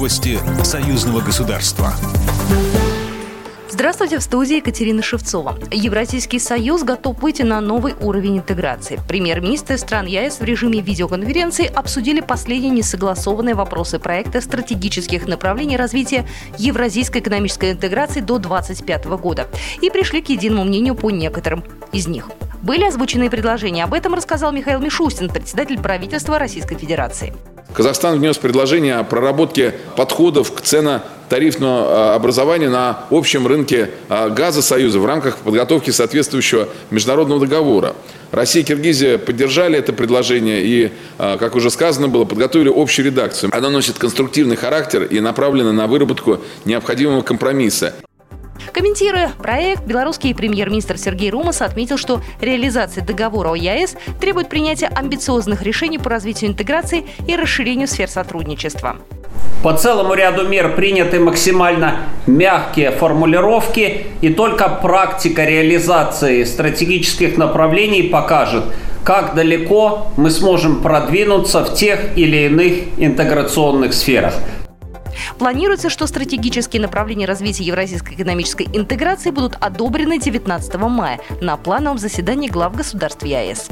Новости союзного государства. Здравствуйте, в студии Екатерина Шевцова. Евразийский союз готов выйти на новый уровень интеграции. Премьер-министры стран ЕС в режиме видеоконференции обсудили последние несогласованные вопросы проекта стратегических направлений развития евразийской экономической интеграции до 2025 года и пришли к единому мнению по некоторым из них. Были озвучены предложения. Об этом рассказал Михаил Мишустин, председатель правительства Российской Федерации. Казахстан внес предложение о проработке подходов к ценно-тарифному образованию на общем рынке газа Союза в рамках подготовки соответствующего международного договора. Россия и Киргизия поддержали это предложение и, как уже сказано было, подготовили общую редакцию. Она носит конструктивный характер и направлена на выработку необходимого компромисса. Комментируя проект, белорусский премьер-министр Сергей Румас отметил, что реализация договора о ЕС требует принятия амбициозных решений по развитию интеграции и расширению сфер сотрудничества. По целому ряду мер приняты максимально мягкие формулировки, и только практика реализации стратегических направлений покажет, как далеко мы сможем продвинуться в тех или иных интеграционных сферах. Планируется, что стратегические направления развития евразийской экономической интеграции будут одобрены 19 мая на плановом заседании глав государств ЕС.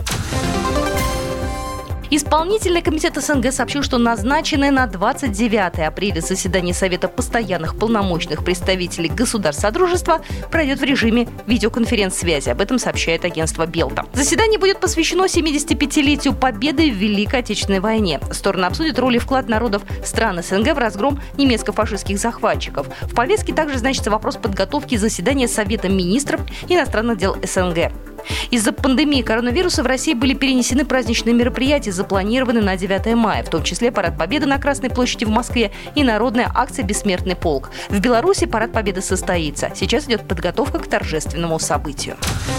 Исполнительный комитет СНГ сообщил, что назначенное на 29 апреля заседание Совета постоянных полномочных представителей государств Содружества пройдет в режиме видеоконференц-связи. Об этом сообщает агентство Белта. Заседание будет посвящено 75-летию победы в Великой Отечественной войне. Стороны обсудят роль и вклад народов стран СНГ в разгром немецко-фашистских захватчиков. В повестке также значится вопрос подготовки заседания Совета министров иностранных дел СНГ. Из-за пандемии коронавируса в России были перенесены праздничные мероприятия, запланированные на 9 мая, в том числе Парад Победы на Красной площади в Москве и народная акция «Бессмертный полк». В Беларуси Парад Победы состоится. Сейчас идет подготовка к торжественному событию.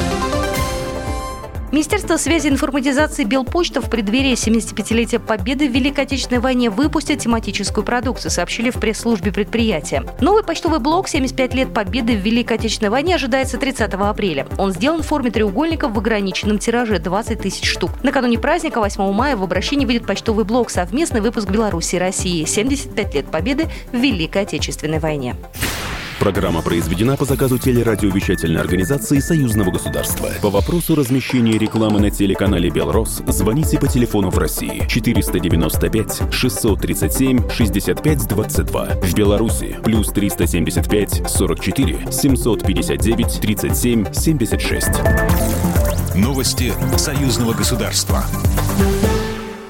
Министерство связи и информатизации Белпочта в преддверии 75-летия Победы в Великой Отечественной войне выпустит тематическую продукцию, сообщили в пресс-службе предприятия. Новый почтовый блок «75 лет Победы в Великой Отечественной войне» ожидается 30 апреля. Он сделан в форме треугольника в ограниченном тираже – 20 тысяч штук. Накануне праздника 8 мая в обращении выйдет почтовый блок «Совместный выпуск Беларуси и России. 75 лет Победы в Великой Отечественной войне». Программа произведена по заказу телерадиовещательной организации Союзного государства. По вопросу размещения рекламы на телеканале «Белрос» звоните по телефону в России 495 637 65 22. В Беларуси плюс 375 44 759 37 76. Новости Союзного государства.